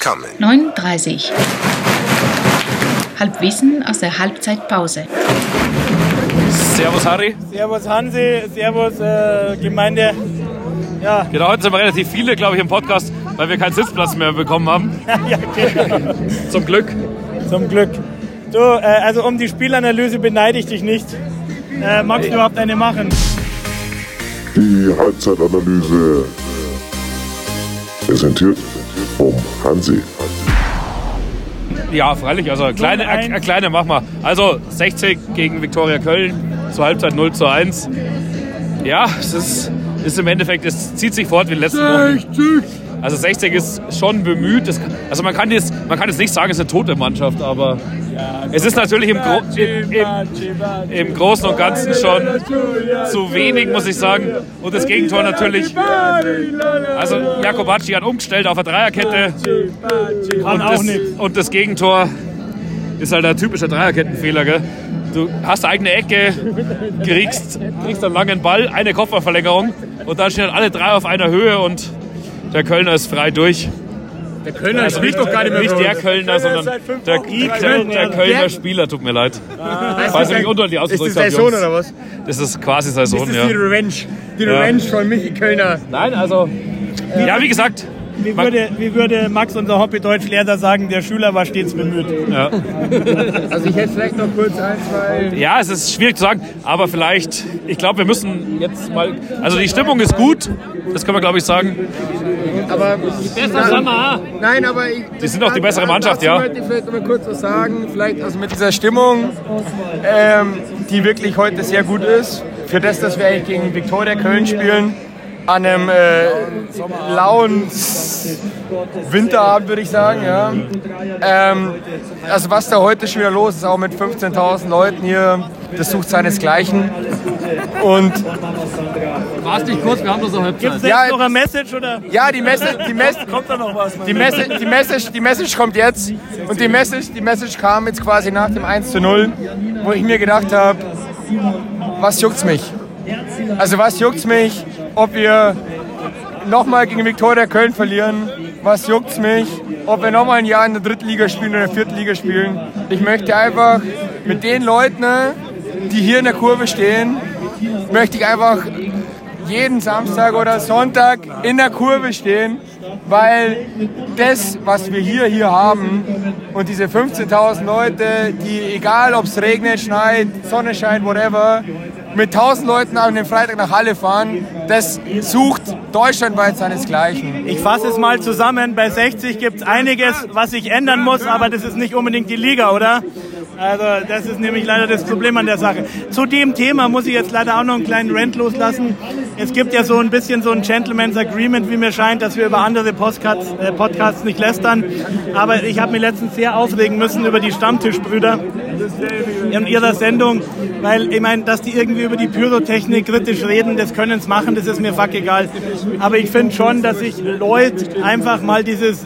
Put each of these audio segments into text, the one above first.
coming. 9:30. Halbwissen aus der Halbzeitpause. Servus Harry. Servus Hansi, servus Gemeinde. Ja. Genau, heute sind wir relativ viele, glaube ich, im Podcast, weil wir keinen Sitzplatz mehr bekommen haben. Ja, genau. Zum Glück. Zum Glück. Du, also um die Spielanalyse beneide ich dich nicht. Magst du überhaupt eine machen? Die Halbzeitanalyse präsentiert vom Hansi. Ja, freilich, also eine kleine machen wir. Also 60 gegen Viktoria Köln, zur Halbzeit 0:1. Ja, es ist im Endeffekt, es zieht sich fort wie in den letzten Wochen. Also 60 ist schon bemüht. Also man kann jetzt nicht sagen, es ist eine tote Mannschaft, aber es ist natürlich im Großen und Ganzen schon zu wenig, muss ich sagen. Und das Gegentor natürlich. Also Jakobacci hat umgestellt auf eine Dreierkette. Und das Gegentor ist halt ein typischer Dreierkettenfehler, gell? Du hast eine eigene Ecke, kriegst einen langen Ball, eine Kopfballverlängerung und dann stehen alle drei auf einer Höhe und der Kölner ist frei durch. Der Kölner spielt doch gar nicht mehr. Nicht der Kölner, sondern der Kölner Spieler, tut mir leid. Ich weiß nicht, unter die Ausdruckssaison. Ist das Saison oder was? Das ist quasi Saison, ja. Das ist die Revenge. Die Revenge von Michi Kölner. Nein, also, ja, wie gesagt. Wie würde Max, unser Hobby-Deutsch-Lehrer, sagen, der Schüler war stets bemüht. Ja. Also ich hätte vielleicht noch kurz ein, zwei... Ja, es ist schwierig zu sagen, aber vielleicht, ich glaube, wir müssen jetzt mal, also die Stimmung ist gut, das können wir, glaube ich, sagen. Aber nein, aber die sind auch die bessere Mannschaft, ja. Ich möchte vielleicht noch mal kurz was sagen, vielleicht also mit dieser Stimmung, die wirklich heute sehr gut ist, für das, dass wir eigentlich gegen Viktoria Köln spielen, an einem lauen Winterabend, würde ich sagen. Ja. Also was da heute schon wieder los ist, auch mit 15.000 Leuten hier, das sucht seinesgleichen. Und warst nicht kurz, wir haben das so Halbzeit. Gibt es jetzt noch eine Message, oder? Ja, die Message kommt da noch was? Die Message kommt jetzt. Und die Message kam jetzt quasi nach dem 1:0, wo ich mir gedacht habe, was juckt's mich? Also was juckt's mich, ob wir nochmal gegen Viktoria Köln verlieren? Was juckt's mich, ob wir nochmal ein Jahr in der dritten Liga spielen oder in der vierten Liga spielen? Ich möchte einfach mit den Leuten, die hier in der Kurve stehen, möchte ich einfach jeden Samstag oder Sonntag in der Kurve stehen, weil das, was wir hier haben und diese 15.000 Leute, die egal ob es regnet, schneit, Sonne scheint, whatever, mit 1.000 Leuten an dem Freitag nach Halle fahren, das sucht deutschlandweit seinesgleichen. Ich fasse es mal zusammen, bei 60 gibt es einiges, was sich ändern muss, aber das ist nicht unbedingt die Liga, oder? Also das ist nämlich leider das Problem an der Sache. Zu dem Thema muss ich jetzt leider auch noch einen kleinen Rant loslassen. Es gibt ja so ein bisschen so ein Gentleman's Agreement, wie mir scheint, dass wir über andere Podcasts nicht lästern. Aber ich habe mich letztens sehr aufregen müssen über die Stammtischbrüder in ihrer Sendung, weil ich meine, dass die irgendwie über die Pyrotechnik kritisch reden, das können sie machen, das ist mir fuck egal. Aber ich finde schon, dass sich Leute einfach mal dieses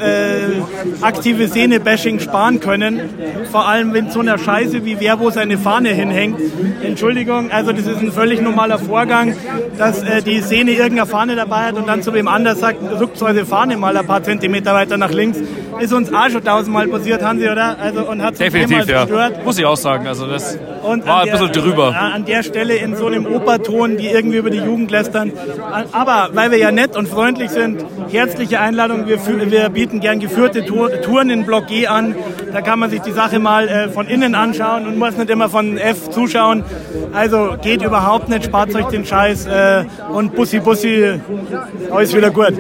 aktive Szene-Bashing sparen können. Vor allem, wenn so einer Scheiße wie wer wo seine Fahne hinhängt. Entschuldigung, also das ist ein völlig normaler Vorgang, dass die Szene irgendeine Fahne dabei hat und dann zu wem anders sagt, rückt eure Fahne mal ein paar Zentimeter weiter nach links. Ist uns auch schon 1000-mal passiert, Hansi, oder? Also, und hat sich definitiv, gestört. Ja. Muss ich auch sagen, also das und war ein bisschen drüber. An der Stelle in so einem Operton, die irgendwie über die Jugend lästern. Aber weil wir ja nett und freundlich sind, herzliche Einladung, wir bieten gern geführte Touren in Block G an. Da kann man sich die Sache mal von innen anschauen und muss nicht immer von F zuschauen. Also geht überhaupt nicht, spart euch den Scheiß und Bussi, alles wieder gut.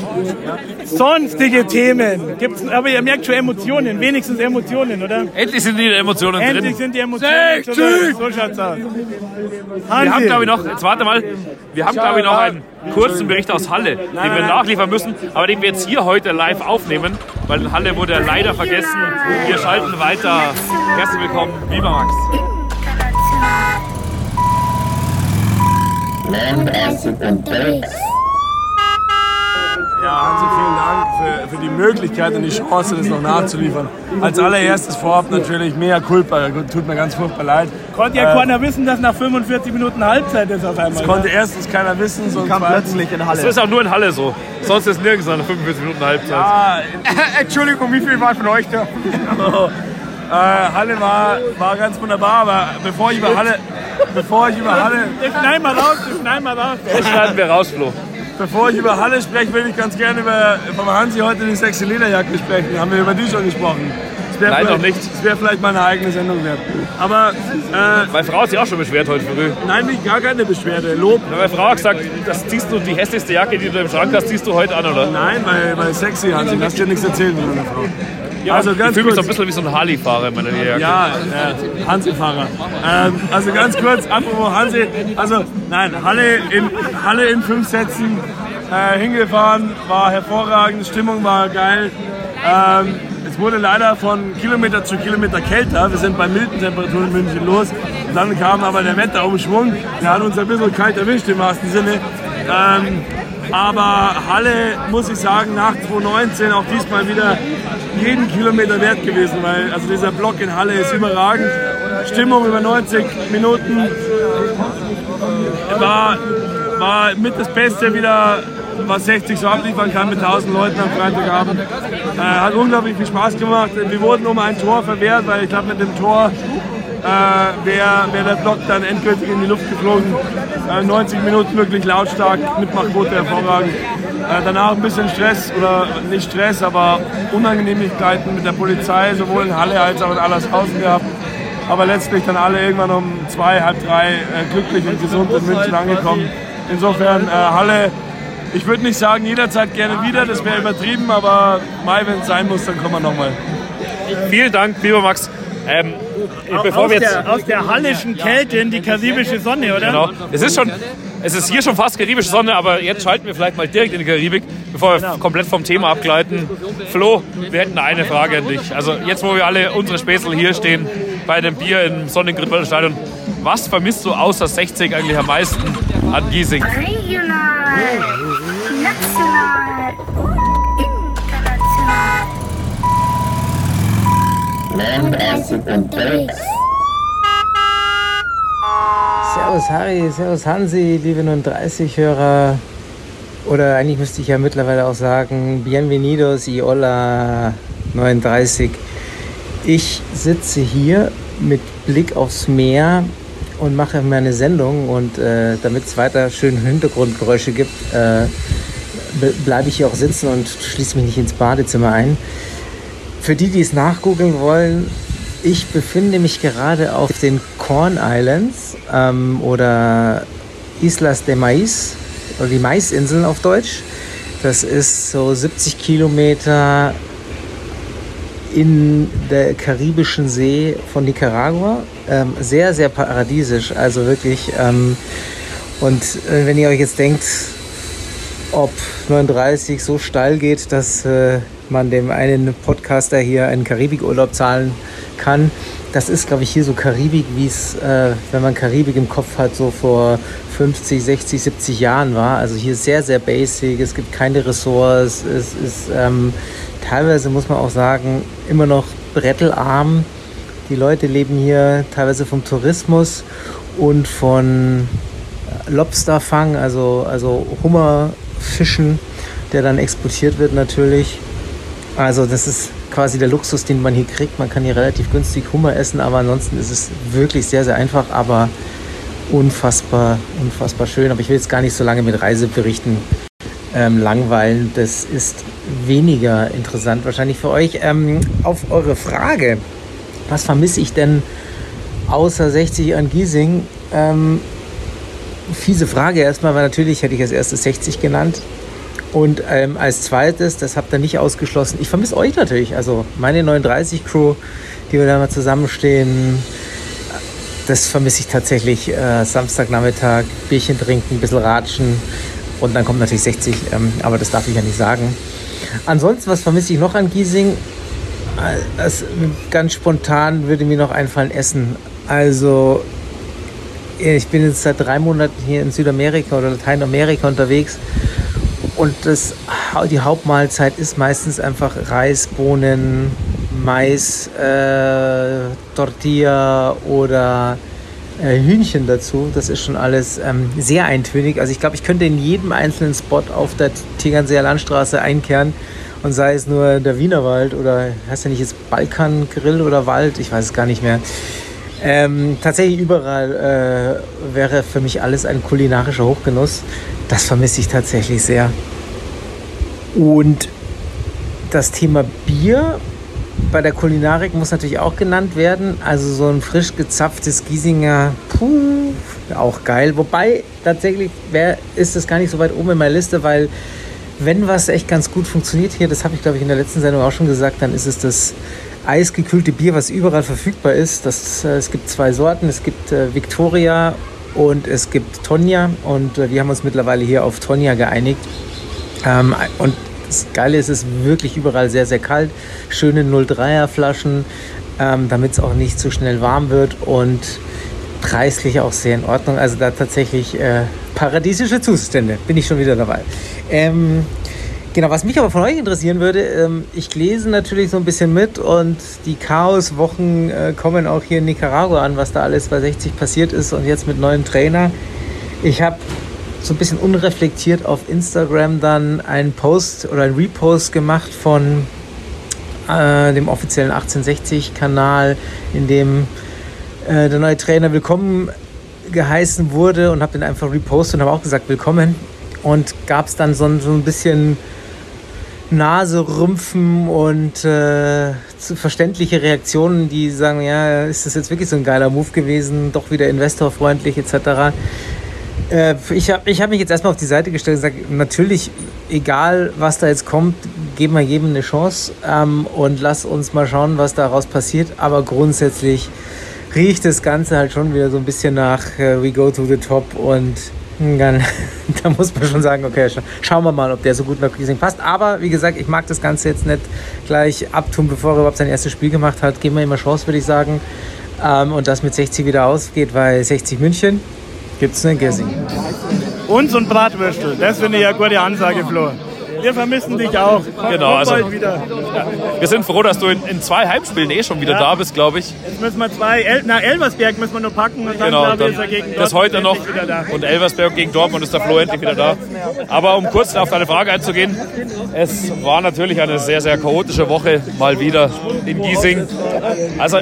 Sonstige Themen gibt's, aber ihr merkt schon Emotionen, wenigstens Emotionen, oder? Endlich sind die Emotionen drin. Endlich sind die Emotionen drin. So schaut's aus. Wir haben, glaube ich, noch, jetzt warte mal, wir haben, glaube ich, noch einen kurzen Bericht aus Halle, den wir nachliefern müssen, aber den wir jetzt hier heute live aufnehmen, weil in Halle wurde er leider vergessen. Wir schalten weiter. Herzlich willkommen, Viva Max. Ja, Hansi, vielen Dank für die Möglichkeit und die Chance, das noch nachzuliefern. Als allererstes vorab natürlich mea culpa, tut mir ganz furchtbar leid. Konnte ja keiner wissen, dass nach 45 Minuten Halbzeit ist auf einmal. Das konnte erstens keiner wissen. Das kam plötzlich in Halle. Das ist auch nur in Halle so. Sonst ist nirgends nach 45 Minuten Halbzeit. Ja, Entschuldigung, wie viel waren von euch da? Halle war ganz wunderbar, aber bevor ich über Halle... Das schneiden wir raus, Das schneiden wir raus, Flo. Bevor ich über Halle spreche, will ich ganz gerne vom Hansi heute die sexy Lederjacke sprechen. Haben wir über die schon gesprochen? Nein, noch nicht. Das wäre vielleicht mal eine eigene Sendung wert. Aber... Meine Frau hat sich auch schon beschwert heute früh. Nein, gar keine Beschwerde. Lob. Meine Frau hat gesagt, das ziehst du, die hässlichste Jacke, die du im Schrank hast, ziehst du heute an, oder? Nein, weil sexy, Hansi. Lass dir nichts erzählen von meiner Frau. Ja, also ganz ich fühle mich so ein bisschen wie so ein Harley-Fahrer in meiner Jacke. Ja, Hansi-Fahrer. Also ganz kurz, apropos Hansi. Also nein, Halle in 5 Sätzen hingefahren, war hervorragend, Stimmung war geil. Es wurde leider von Kilometer zu Kilometer kälter. Wir sind bei milden Temperaturen in München los. Dann kam aber der Wetterumschwung. Der hat uns ein bisschen kalt erwischt im wahrsten Sinne. Aber Halle, muss ich sagen, nach 2019 auch diesmal wieder jeden Kilometer wert gewesen, weil also dieser Block in Halle ist überragend. Stimmung über 90 Minuten war mit das Beste wieder, was 60 so abliefern kann mit 1000 Leuten am Freitagabend. Hat unglaublich viel Spaß gemacht. Wir wurden um ein Tor verwehrt, weil ich glaube mit dem Tor wäre der Block dann endgültig in die Luft geflogen. 90 Minuten wirklich lautstark, Mitmachquote hervorragend. Danach ein bisschen Stress, oder nicht Stress, aber Unannehmlichkeiten mit der Polizei, sowohl in Halle als auch in Allershausen gehabt. Aber letztlich dann alle irgendwann um 2, halb 3 glücklich und gesund in München angekommen. Insofern Halle, ich würde nicht sagen jederzeit gerne wieder, das wäre übertrieben, aber mal, wenn es sein muss, dann kommen wir nochmal. Vielen Dank, lieber Max. Aus der hallischen Kälte in die karibische Sonne, oder? Genau. Es ist hier schon fast karibische Sonne, aber jetzt schalten wir vielleicht mal direkt in die Karibik, bevor wir komplett vom Thema abgleiten. Flo, wir hätten eine Frage an dich. Also jetzt, wo wir alle unsere Späßel hier stehen, bei dem Bier im Sonnengrid-Stadion, was vermisst du außer 60 eigentlich am meisten an Giesing? Regional, national, international. Servus Harry, servus Hansi, liebe 39-Hörer. Oder eigentlich müsste ich ja mittlerweile auch sagen, bienvenidos y hola 39. Ich sitze hier mit Blick aufs Meer und mache meine Sendung. Und damit es weiter schön Hintergrundgeräusche gibt, bleibe ich hier auch sitzen und schließe mich nicht ins Badezimmer ein. Für die, die es nachgoogeln wollen, ich befinde mich gerade auf den Corn Islands oder Islas de Maíz, oder die Maisinseln auf Deutsch. Das ist so 70 Kilometer in der karibischen See von Nicaragua. Sehr, sehr paradiesisch, also wirklich. Und wenn ihr euch jetzt denkt, ob 39 so steil geht, dass man dem einen Podcaster hier einen Karibikurlaub zahlen kann. Das ist, glaube ich, hier so Karibik, wie es, wenn man Karibik im Kopf hat, so vor 50, 60, 70 Jahren war. Also hier sehr, sehr basic, es gibt keine Ressorts, es ist teilweise, muss man auch sagen, immer noch brettelarm. Die Leute leben hier teilweise vom Tourismus und von Lobsterfang, also Hummerfischen, der dann exportiert wird natürlich. Also das ist quasi der Luxus, den man hier kriegt. Man kann hier relativ günstig Hummer essen, aber ansonsten ist es wirklich sehr, sehr einfach, aber unfassbar, unfassbar schön. Aber ich will jetzt gar nicht so lange mit Reiseberichten langweilen. Das ist weniger interessant wahrscheinlich für euch. Auf eure Frage, was vermisse ich denn außer 60 an Giesing? Fiese Frage erstmal, weil natürlich hätte ich als erstes 60 genannt. Und als zweites, das habt ihr nicht ausgeschlossen, ich vermisse euch natürlich, also meine 39-Crew, die wir da mal zusammenstehen, das vermisse ich tatsächlich. Samstagnachmittag, Bierchen trinken, ein bisschen ratschen und dann kommt natürlich 60, aber das darf ich ja nicht sagen. Ansonsten, was vermisse ich noch an Giesing? Ganz spontan würde mir noch einfallen, Essen. Also ich bin jetzt seit 3 Monaten hier in Südamerika oder Lateinamerika unterwegs. Und das die Hauptmahlzeit ist meistens einfach Reis, Bohnen, Mais, Tortilla oder Hühnchen dazu. Das ist schon alles sehr eintönig. Also ich glaube, ich könnte in jedem einzelnen Spot auf der Tegernseer Landstraße einkehren und sei es nur der Wienerwald oder heißt ja nicht jetzt Balkangrill oder Wald, ich weiß es gar nicht mehr. Tatsächlich überall wäre für mich alles ein kulinarischer Hochgenuss. Das vermisse ich tatsächlich sehr. Und das Thema Bier bei der Kulinarik muss natürlich auch genannt werden. Also so ein frisch gezapftes Giesinger, auch geil. Wobei tatsächlich ist das gar nicht so weit oben in meiner Liste, weil wenn was echt ganz gut funktioniert hier, das habe ich glaube ich in der letzten Sendung auch schon gesagt, dann ist es das eisgekühlte Bier, was überall verfügbar ist. Es gibt 2 Sorten, es gibt Victoria und es gibt Tonya und wir haben uns mittlerweile hier auf Tonya geeinigt. Und das Geile ist, es ist wirklich überall sehr, sehr kalt. Schöne 0,3er Flaschen, damit es auch nicht zu schnell warm wird und preislich auch sehr in Ordnung. Also da tatsächlich paradiesische Zustände. Bin ich schon wieder dabei. Genau, was mich aber von euch interessieren würde, ich lese natürlich so ein bisschen mit und die Chaoswochen kommen auch hier in Nicaragua an, was da alles bei 60 passiert ist und jetzt mit neuem Trainer. Ich habe so ein bisschen unreflektiert auf Instagram dann einen Post oder einen Repost gemacht von dem offiziellen 1860-Kanal, in dem der neue Trainer willkommen geheißen wurde und habe den einfach repostet und habe auch gesagt willkommen und gab es dann so ein bisschen Naserümpfen und verständliche Reaktionen, die sagen, ja, ist das jetzt wirklich so ein geiler Move gewesen, doch wieder investorfreundlich etc. Ich hab mich jetzt erstmal auf die Seite gestellt und gesagt, natürlich, egal was da jetzt kommt, geben wir jedem eine Chance und lass uns mal schauen, was daraus passiert. Aber grundsätzlich riecht das Ganze halt schon wieder so ein bisschen nach we go to the top und dann, da muss man schon sagen, okay, schauen wir mal, ob der so gut nach Giesing passt. Aber wie gesagt, ich mag das Ganze jetzt nicht gleich abtun, bevor er überhaupt sein erstes Spiel gemacht hat. Geben wir ihm eine Chance, würde ich sagen. Und das mit 60 wieder ausgeht, weil 60 München gibt es eine Giesing. Und so ein Bratwürstel, das finde ich ja eine gute Ansage, Flo. Wir vermissen dich auch. Genau, also ja, wir sind froh, dass du in 2 Heimspielen schon wieder da bist, glaube ich. Jetzt müssen wir nach Elversberg müssen wir nur packen und dann, genau, glaube ich, ist er gegen Dortmund das heute noch wieder da. Und Elversberg gegen Dortmund ist der Flo endlich wieder da. Aber um kurz auf deine Frage einzugehen, es war natürlich eine sehr, sehr chaotische Woche mal wieder in Giesing. Also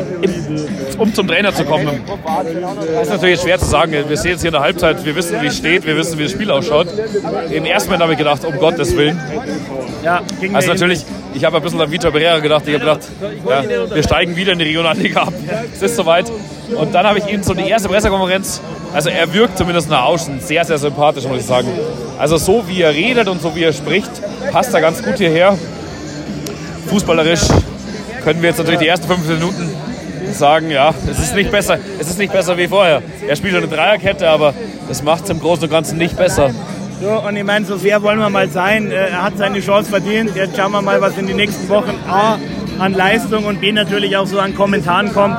um zum Trainer zu kommen, ist natürlich schwer zu sagen. Wir sehen es hier in der Halbzeit, wir wissen, wie es steht, wir wissen, wie das Spiel ausschaut. Im ersten Moment habe ich gedacht, um Gottes Willen. Ja, also natürlich, ich habe ein bisschen an Vitor Pereira gedacht. Ich habe gedacht, ja, wir steigen wieder in die Regionalliga ab. Es ist soweit. Und dann habe ich ihn so die erste Pressekonferenz, also er wirkt zumindest nach außen sehr, sehr sympathisch, muss ich sagen. Also so wie er redet und so wie er spricht, passt er ganz gut hierher. Fußballerisch können wir jetzt natürlich die ersten 5 Minuten sagen, ja, es ist nicht besser wie vorher. Er spielt eine Dreierkette, aber das macht es im Großen und Ganzen nicht besser. So, und ich meine, so fair wollen wir mal sein. Er hat seine Chance verdient. Jetzt schauen wir mal, was in den nächsten Wochen A an Leistung und B natürlich auch so an Kommentaren kommt.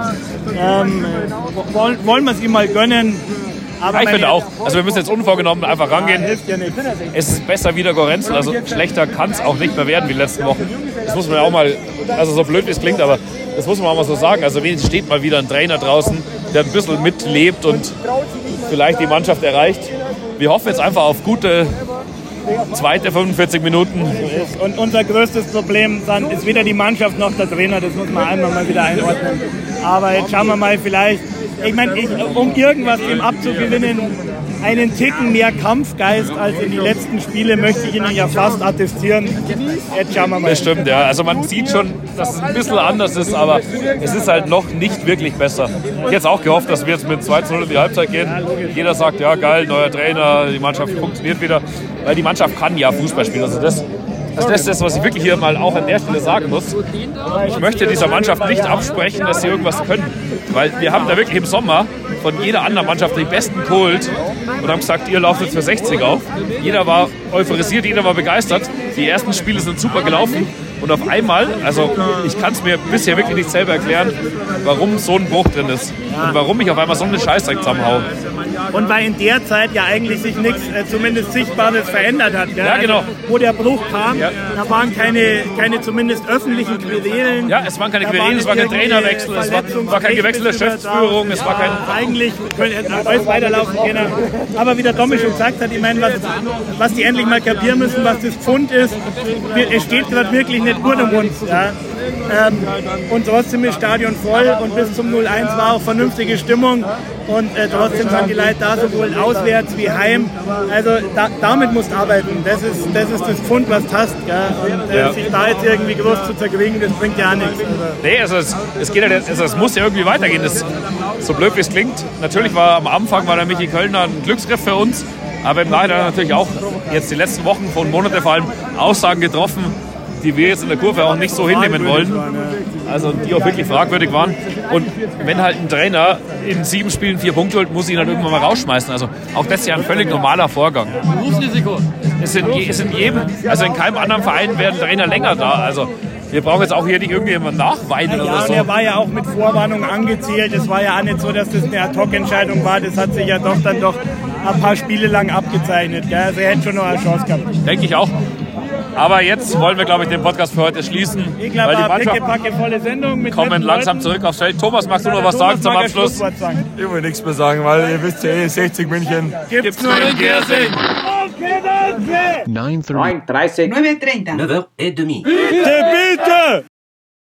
Wollen wir es ihm mal gönnen. Aber ich finde auch. Also wir müssen jetzt unvorgenommen einfach rangehen. Hilft ja nicht. Es ist besser wie der Gorenzel. Also schlechter kann es auch nicht mehr werden wie die letzten Wochen. Das muss man ja auch mal, also so blöd wie es klingt, aber das muss man auch mal so sagen. Also wenigstens steht mal wieder ein Trainer draußen, der ein bisschen mitlebt und vielleicht die Mannschaft erreicht. Wir hoffen jetzt einfach auf gute zweite 45 Minuten. Und unser größtes Problem dann ist weder die Mannschaft noch der Trainer. Das muss man einmal mal wieder einordnen. Aber jetzt schauen wir mal vielleicht, ich meine, um irgendwas ihm abzugewinnen, einen Ticken mehr Kampfgeist als in die letzten Spiele möchte ich Ihnen ja fast attestieren. Jetzt schauen wir mal. Das stimmt, ja. Also man sieht schon, dass es ein bisschen anders ist, aber es ist halt noch nicht wirklich besser. Ich hätte auch gehofft, dass wir jetzt mit 2:0 in die Halbzeit gehen. Jeder sagt, ja geil, neuer Trainer, die Mannschaft funktioniert wieder. Weil die Mannschaft kann ja Fußball spielen. Also das ist das, was ich wirklich hier mal auch an der Stelle sagen muss. Ich möchte dieser Mannschaft nicht absprechen, dass sie irgendwas können. Weil wir haben da wirklich im Sommer von jeder anderen Mannschaft die Besten geholt und haben gesagt, ihr lauft jetzt für 60 auf. Jeder war euphorisiert, jeder war begeistert. Die ersten Spiele sind super gelaufen und auf einmal, also ich kann es mir bisher wirklich nicht selber erklären, warum so ein Bruch drin ist und warum ich auf einmal so einen Scheißdreck zusammenhaue. und weil in der Zeit ja eigentlich sich nichts, zumindest Sichtbares verändert hat. Gell? Ja, genau. Also, wo der Bruch kam, da waren keine zumindest öffentlichen Querelen. Ja, es waren keine Querelen, es war kein Trainerwechsel, es war kein Gewechsel der Geschäftsführung, es war kein... Eigentlich könnte alles weiterlaufen können. Aber wie der Domi schon gesagt hat, ich meine, was die endlich mal kapieren müssen, was das Pfund ist, es steht gerade wirklich nicht gut um uns. Ja? Und trotzdem ist Stadion voll und bis zum 0-1 war auch vernünftige Stimmung und trotzdem sind die Leute da, sowohl auswärts wie heim. Also damit musst du arbeiten. Das ist das Pfund, was du hast. Und sich da jetzt irgendwie groß zu zerkriegen, das bringt ja nichts. Nee, es muss ja irgendwie weitergehen. Das, so blöd wie es klingt. Natürlich war am Anfang der Michi Kölner ein Glücksgriff für uns, aber im Nachhinein natürlich auch jetzt die letzten Wochen von Monate vor allem Aussagen getroffen, die wir jetzt in der Kurve auch nicht so hinnehmen wollen. Also die auch wirklich fragwürdig waren. Und wenn halt ein Trainer in 7 Spielen 4 Punkte holt, muss ihn dann irgendwann mal rausschmeißen. Also auch das ist ja ein völlig normaler Vorgang. Berufsrisiko. In keinem anderen Verein werden Trainer länger da. Also wir brauchen jetzt auch hier nicht irgendjemand nachweinen oder so. Und er war ja auch mit Vorwarnung angezielt. Es war ja auch nicht so, dass das eine Ad-Hoc-Entscheidung war. Das hat sich ja doch ein paar Spiele lang abgezeichnet. Gell? Also er hätte schon noch eine Chance gehabt. Denke ich auch. Aber jetzt wollen wir, glaube ich, den Podcast für heute schließen. Ich glaube, eine volle Sendung mit kommen langsam zurück aufs Feld. Thomas, magst du noch was sagen zum Abschluss? Ich will nichts mehr sagen, weil ihr wisst ja, 60 München gibt's nur in Gersing. 9:30. 9:30. 9:30. 9h30. Bitte, bitte!